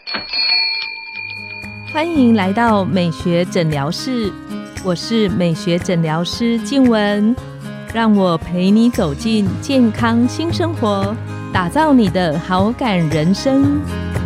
欢迎来到美学诊疗室，我是美学诊疗师静雯，让我陪你走进健康新生活，打造你的好感人生。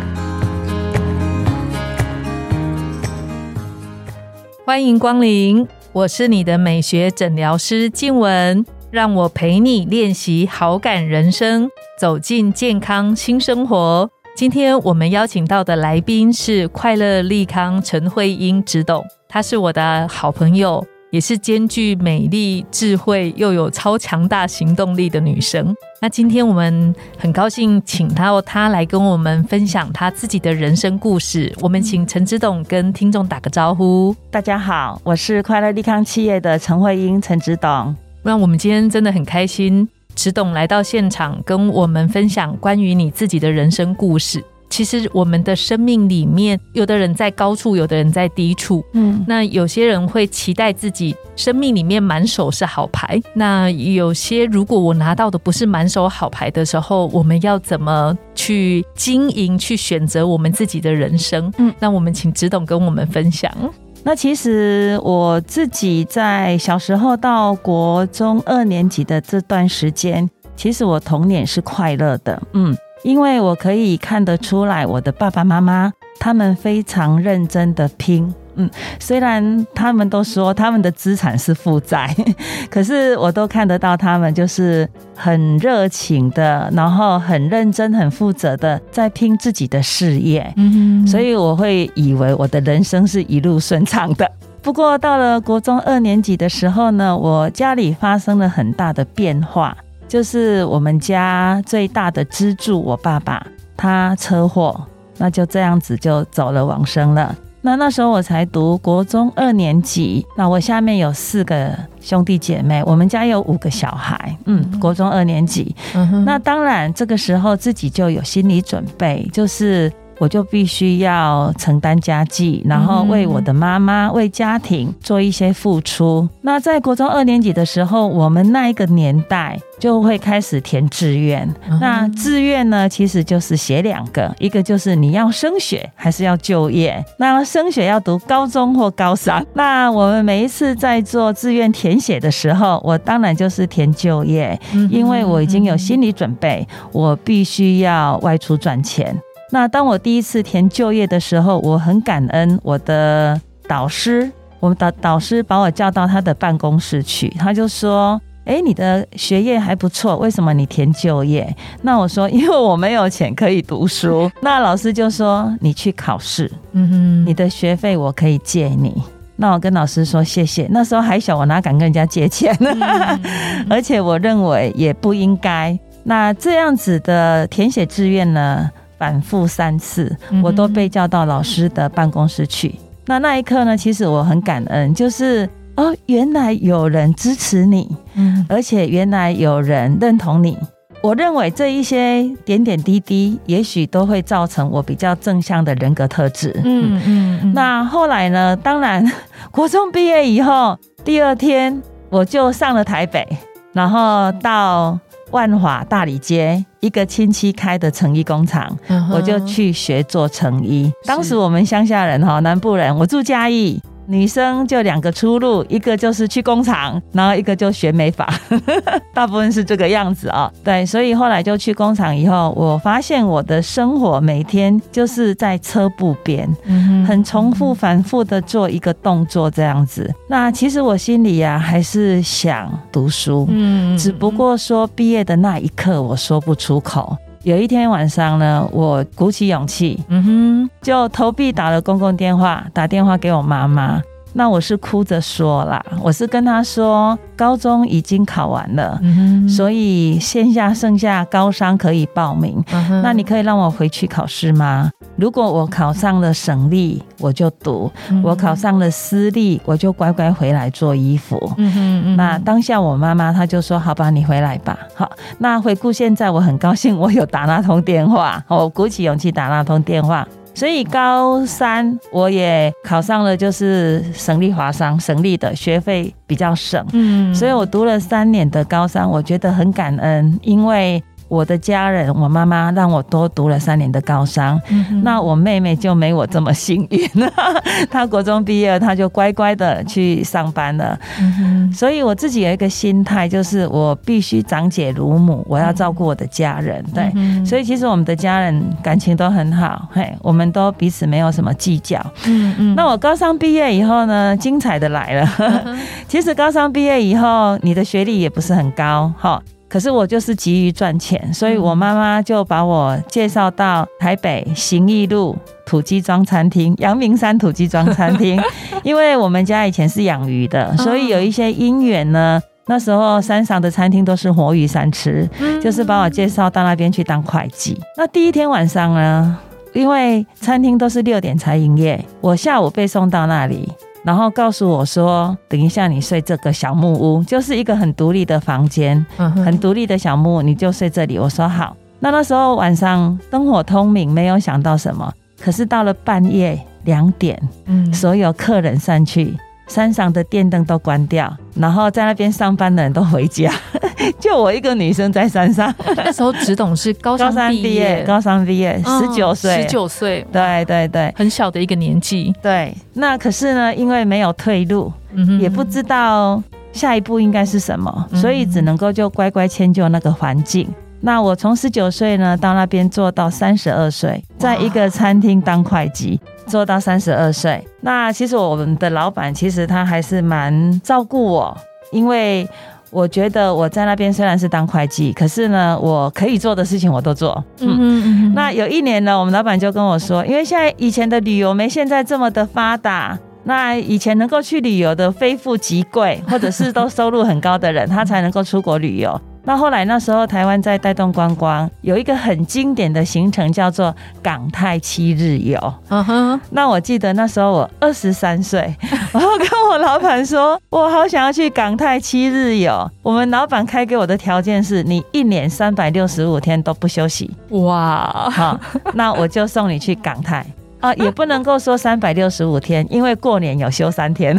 欢迎光临，我是你的美学诊疗师静雯，让我陪你练习好感人生，走进健康新生活。今天我们邀请到的来宾是快乐利康陈慧英执董，她是我的好朋友，也是兼具美丽、智慧又有超强大行动力的女生。那今天我们很高兴请到她来跟我们分享她自己的人生故事。我们请陈执董跟听众打个招呼。 大家好，我是快乐利康企业的陈慧英，陈执董。 那我们今天真的很开心，执董来到现场跟我们分享关于你自己的人生故事。其实我们的生命里面，有的人在高处，有的人在低处。那有些人会期待自己生命里面满手是好牌，那有些如果我拿到的不是满手好牌的时候，我们要怎么去经营，去选择我们自己的人生？那我们请执董跟我们分享。 那其实我自己在小时候到国中2年级的这段时间，其实我童年是快乐的。因为我可以看得出来我的爸爸妈妈他们非常认真的拼。虽然他们都说他们的资产是负债，可是我都看得到他们就是很热情的，然后很认真很负责的在拼自己的事业。所以我会以为我的人生是一路顺畅的。不过到了国中2年级的时候呢，我家里发生了很大的变化，就是我们家最大的支柱我爸爸他车祸，那就这样子就走了往生了。那时候我才读国中2年级，那我下面有4个兄弟姐妹，我们家有5个小孩。国中2年级。那当然这个时候自己就有心理准备，就是我就必须要承担家计，然后为我的妈妈为家庭做一些付出。那在国中2年级的时候，我们那一个年代就会开始填志愿。那志愿呢其实就是写2个，一个就是你要升学还是要就业。那升学要读高中或高三。那我们每一次在做志愿填写的时候，我当然就是填就业，因为我已经有心理准备，我必须要外出赚钱。那当我第一次填就业的时候，我很感恩我的导师，我们的导师把我叫到他的办公室去，他就说你的学业还不错，为什么你填就业？那我说因为我没有钱可以读书。那老师就说你去考试，你的学费我可以借你。那我跟老师说谢谢，那时候还小，我哪敢跟人家借钱而且我认为也不应该。那这样子的填写志愿呢反复3次，我都被叫到老师的办公室去。那一刻呢，其实我很感恩，就是原来有人支持你，而且原来有人认同你。我认为这一些点点滴滴也许都会造成我比较正向的人格特质。那后来呢，当然国中毕业以后第2天我就上了台北，然后到万华大理街一个亲戚开的成衣工厂，我就去学做成衣。当时我们乡下人南部人，我住嘉义，女生就2个出路，一个就是去工厂，然后一个就学美发大部分是这个样子对，所以后来就去工厂以后，我发现我的生活每天就是在车布边，很重复反复的做一个动作这样子。那其实我心里还是想读书，只不过说毕业的那一刻我说不出口。有一天晚上呢，我鼓起勇气，就投币打了公共电话，打电话给我妈妈。那我是哭着说啦，我是跟她说高中已经考完了，所以线下剩下高商可以报名，那你可以让我回去考试吗？如果我考上了省立我就读，我考上了私立我就乖乖回来做衣服。那当下我妈妈她就说好吧，你回来吧。好，那回顾现在我很高兴我有打那通电话，我鼓起勇气打那通电话，所以高3我也考上了，就是省立华商，省立的学费比较省，所以我读了3年的高3，我觉得很感恩，因为我的家人，我妈妈让我多读了3年的高商，那我妹妹就没我这么幸运了，她国中毕业了，她就乖乖的去上班了。所以我自己有一个心态，就是我必须长姐如母，我要照顾我的家人。对，所以其实我们的家人感情都很好，我们都彼此没有什么计较。那我高商毕业以后呢，精彩的来了。其实高商毕业以后，你的学历也不是很高，可是我就是急于赚钱，所以我妈妈就把我介绍到台北行义路土鸡庄餐厅，阳明山土鸡庄餐厅。因为我们家以前是养鱼的，所以有一些因缘呢，那时候山上的餐厅都是活鱼三吃，就是把我介绍到那边去当会计。那第一天晚上呢，因为餐厅都是6点才营业，我下午被送到那里，然后告诉我说，等一下你睡这个小木屋，就是一个很独立的房间，很独立的小木屋，你就睡这里。我说好。那时候晚上灯火通明，没有想到什么，可是到了半夜2点，所有客人散去，山上的电灯都关掉，然后在那边上班的人都回家，就我一个女生在山上。 那时候只懂是高商毕业 19岁 ，19岁， 对对对， 很小的一个年纪。 对，那可是呢，因为没有退路，也不知道下一步应该是什么，所以只能够就乖乖迁就那个环境。那我从19岁呢到那边做到32岁，在一个餐厅当会计做到32岁。那其实我们的老板其实他还是蛮照顾我，因为我觉得我在那边虽然是当会计，可是呢我可以做的事情我都做。那有一年呢，我们老板就跟我说，因为以前的旅游没现在这么的发达，那以前能够去旅游的非富即贵，或者是都收入很高的人他才能够出国旅游。那后来那时候台湾在带动观光，有一个很经典的行程叫做港泰7日游。那我记得那时候我23岁，然后跟我老板说，我好想要去港泰7日游。我们老板开给我的条件是，你1年365天都不休息。哇！好，那我就送你去港泰。也不能够说365天，因为过年有休3天。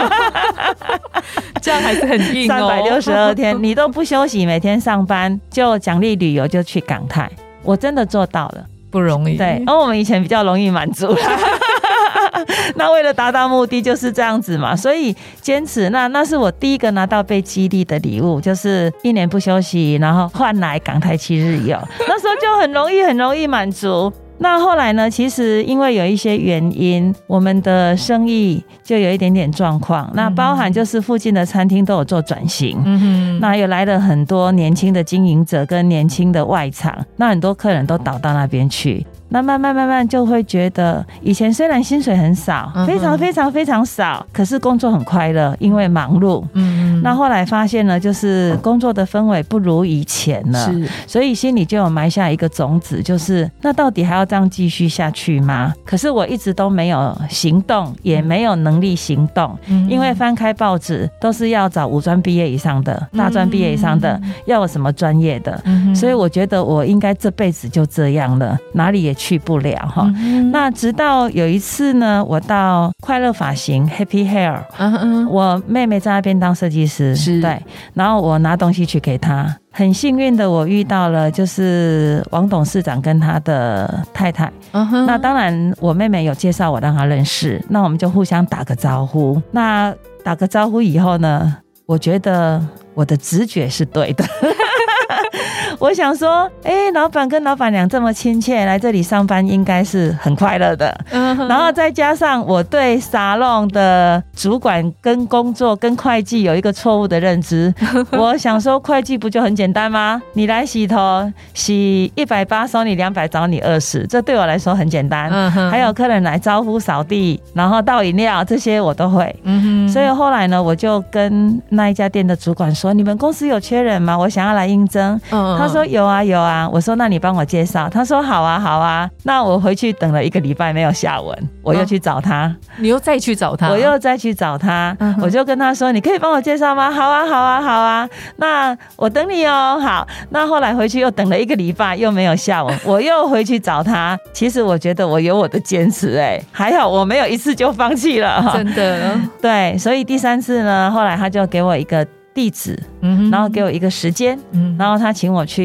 这样还是很硬哦。 362天你都不休息，每天上班，就奖励旅游就去港泰。我真的做到了， 不容易。 对，我们以前比较容易满足。那为了达到目的就是这样子嘛，所以坚持。那是我第一个拿到被激励的礼物，就是1年不休息，然后换来港泰7日游。那时候就很容易满足。那后来呢，其实因为有一些原因，我们的生意就有一点点状况，那包含就是附近的餐厅都有做转型，那又来了很多年轻的经营者跟年轻的外场，那很多客人都倒到那边去。那慢慢就会觉得，以前虽然薪水很少，非常少，可是工作很快乐，因为忙碌。那后来发现呢，就是工作的氛围不如以前了，所以心里就有埋下一个种子，就是那到底还要这样继续下去吗？可是我一直都没有行动，也没有能力行动，因为翻开报纸都是要找5专毕业以上的、大专毕业以上的，要有什么专业的，所以我觉得我应该这辈子就这样了，哪里也去不了哈。那直到有一次呢，我到快乐发型 Happy Hair，我妹妹在那边当设计师，对，然后我拿东西去给她。很幸运的，我遇到了就是王董事长跟他的太太。那当然，我妹妹有介绍我让她认识，那我们就互相打个招呼。那打个招呼以后呢，我觉得我的直觉是对的。我想说，老板跟老板娘这么亲切，来这里上班应该是很快乐的。然后再加上我对沙龙的主管跟工作跟会计有一个错误的认知，我想说会计不就很简单吗？你来洗头，洗180收你200找你20，这对我来说很简单。还有客人来招呼扫地，然后倒饮料，这些我都会。所以后来呢，我就跟那一家店的主管说，你们公司有缺人吗？我想要来应征。他说有啊。我说那你帮我介绍。他说好啊。那我回去等了1个礼拜没有下文，我又去找他。 你又再去找他？ 我又再去找他。我就跟他说，你可以帮我介绍吗？好啊。那我等你哦。好。那后来回去又等了1个礼拜又没有下文，我又回去找他。其实我觉得我有我的坚持，还好我没有一次就放弃了。 真的。 对，所以第3次呢，后来他就给我一个地址，然后给我一个时间，然后他请我去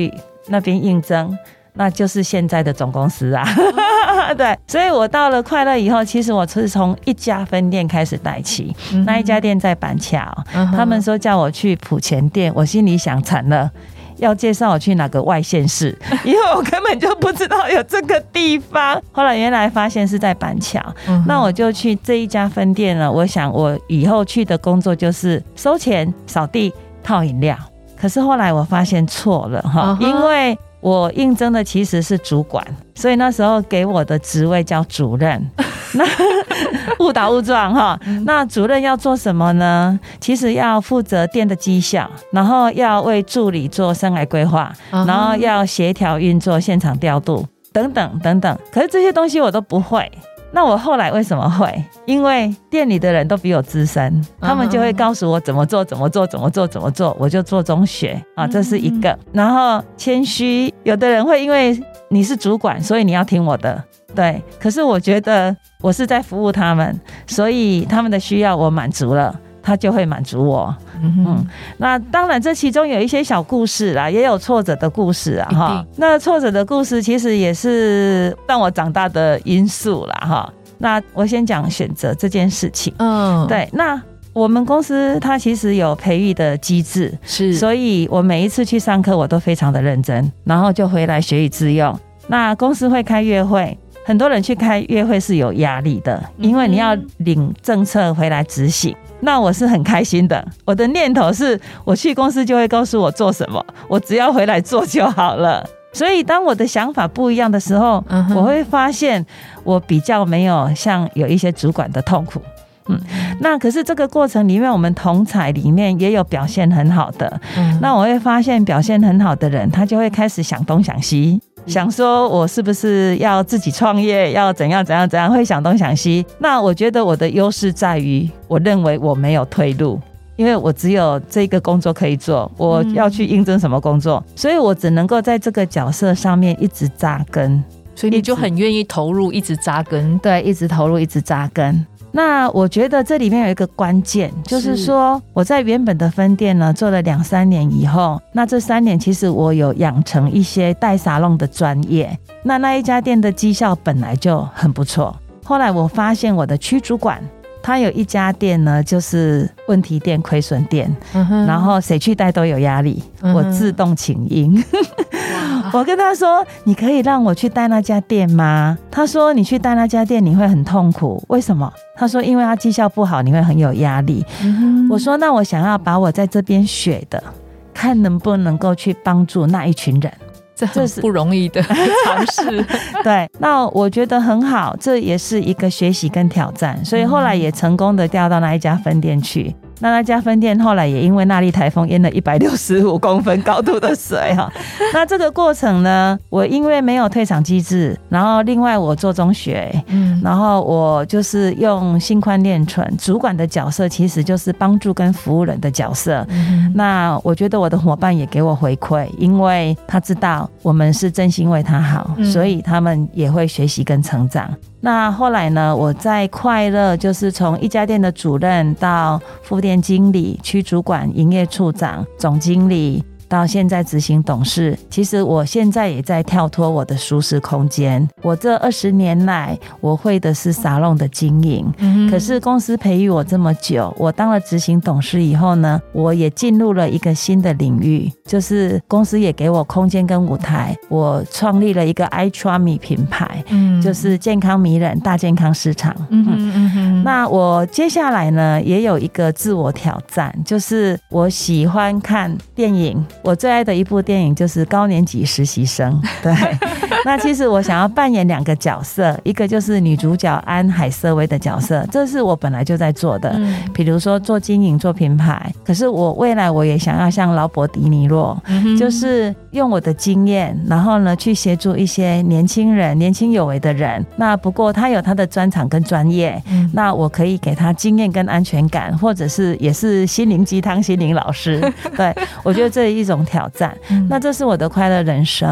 那边应征，那就是现在的总公司啊。对，所以我到了快乐以后，其实我是从一家分店开始带起，那一家店在板桥，他们说叫我去埔前店，我心里想惨了，要介绍我去哪个外县市，因为我根本就不知道有这个地方。后来原来发现是在板桥，那我就去这一家分店了。我想我以后去的工作就是收钱、扫地、泡饮料。可是后来我发现错了哈，因为我应征的其实是主管，所以那时候给我的职位叫主任。那误打误撞哈，那主任要做什么呢？其实要负责店的绩效，然后要为助理做生涯规划，然后要协调运作、现场调度等等等等。可是这些东西我都不会。那我后来为什么会？因为店里的人都比我资深，他们就会告诉我怎么做，我就做中学啊，这是一个。然后谦虚，有的人会因为你是主管，所以你要听我的，对。可是我觉得我是在服务他们，所以他们的需要我满足了，他就会满足我。那当然这其中有一些小故事啦，也有挫折的故事啊哈。那挫折的故事其实也是让我长大的因素啦哈。那我先讲选择这件事情。对，那我们公司它其实有培育的机制，是，所以我每一次去上课我都非常的认真，然后就回来学以致用。那公司会开月会，很多人去开月会是有压力的，因为你要领政策回来执行。那我是很开心的，我的念头是我去公司就会告诉我做什么，我只要回来做就好了。所以当我的想法不一样的时候，我会发现我比较没有像有一些主管的痛苦。那可是这个过程里面，我们同侪里面也有表现很好的。那我会发现表现很好的人，他就会开始想东想西，想说我是不是要自己创业，要怎样，会想东想西。那我觉得我的优势在于，我认为我没有退路，因为我只有这个工作可以做，我要去应征什么工作，所以我只能够在这个角色上面一直扎根。 所以你就很愿意投入，一直扎根。 对，一直投入，一直扎根。那我觉得这里面有一个关键，就是说我在原本的分店呢做了2-3年以后，那这3年其实我有养成一些带沙龙的专业，那一家店的绩效本来就很不错。后来我发现我的区主管他有一家店呢，就是问题店、亏损店，然后谁去带都有压力，我自动请缨。我跟他说，你可以让我去带那家店吗？他说你去带那家店你会很痛苦，为什么？他说因为他绩效不好，你会很有压力。我说那我想要把我在这边学的，看能不能够去帮助那一群人， 这是不容易的尝试。 对，那我觉得很好，这也是一个学习跟挑战，所以后来也成功的调到那一家分店去。那家分店后来也因为那莉台风淹了165公分高度的水哈。那这个过程呢，我因为没有退场机制，然后另外我做中学，然后我就是用心宽练纯，主管的角色其实就是帮助跟服务人的角色。那我觉得我的伙伴也给我回馈，因为他知道我们是真心为他好，所以他们也会学习跟成长。那后来呢，我在快乐就是从一家店的主任到副店经理、区主管、营业处长、总经理，到现在执行董事，其实我现在也在跳脱我的舒适空间。我这20年来，我会的是沙龙的经营，可是公司培育我这么久，我当了执行董事以后呢，我也进入了一个新的领域，就是公司也给我空间跟舞台，我创立了一个 iCharmy 品牌，就是健康迷人大健康市场。那我接下来呢，也有一个自我挑战，就是我喜欢看电影。我最爱的一部电影就是高年级实习生。对，那其实我想要扮演2个角色，一个就是女主角安海瑟薇的角色，这是我本来就在做的，比如说做经营、做品牌。可是我未来我也想要像劳勃迪尼洛，就是用我的经验，然后呢去协助一些年轻人、年轻有为的人。那不过他有他的专长跟专业，那我可以给他经验跟安全感，或者是也是心灵鸡汤、心灵老师。对，我觉得这是一种挑战。那这是我的快乐人生。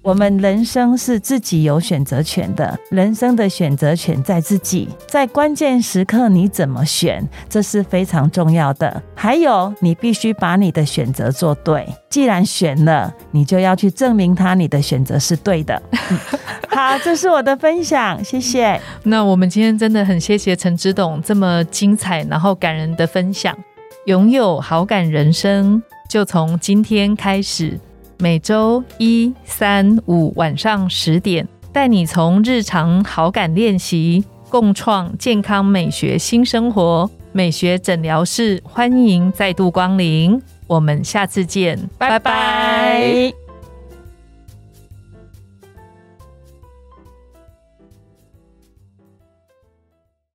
我们人生是自己有选择权的，人生的选择权在自己，在关键时刻你怎么选，这是非常重要的。还有，你必须把你的选择做对，既然选了，你就要去证明你的选择是对的。好，这是我的分享，谢谢。 那我们今天真的很谢谢陈执董这么精彩然后感人的分享。拥有好感人生，就从今天开始，每周1、3、5晚上10点，带你从日常好感练习，共创健康美学新生活。美学诊疗室欢迎再度光临，我们下次见，拜拜。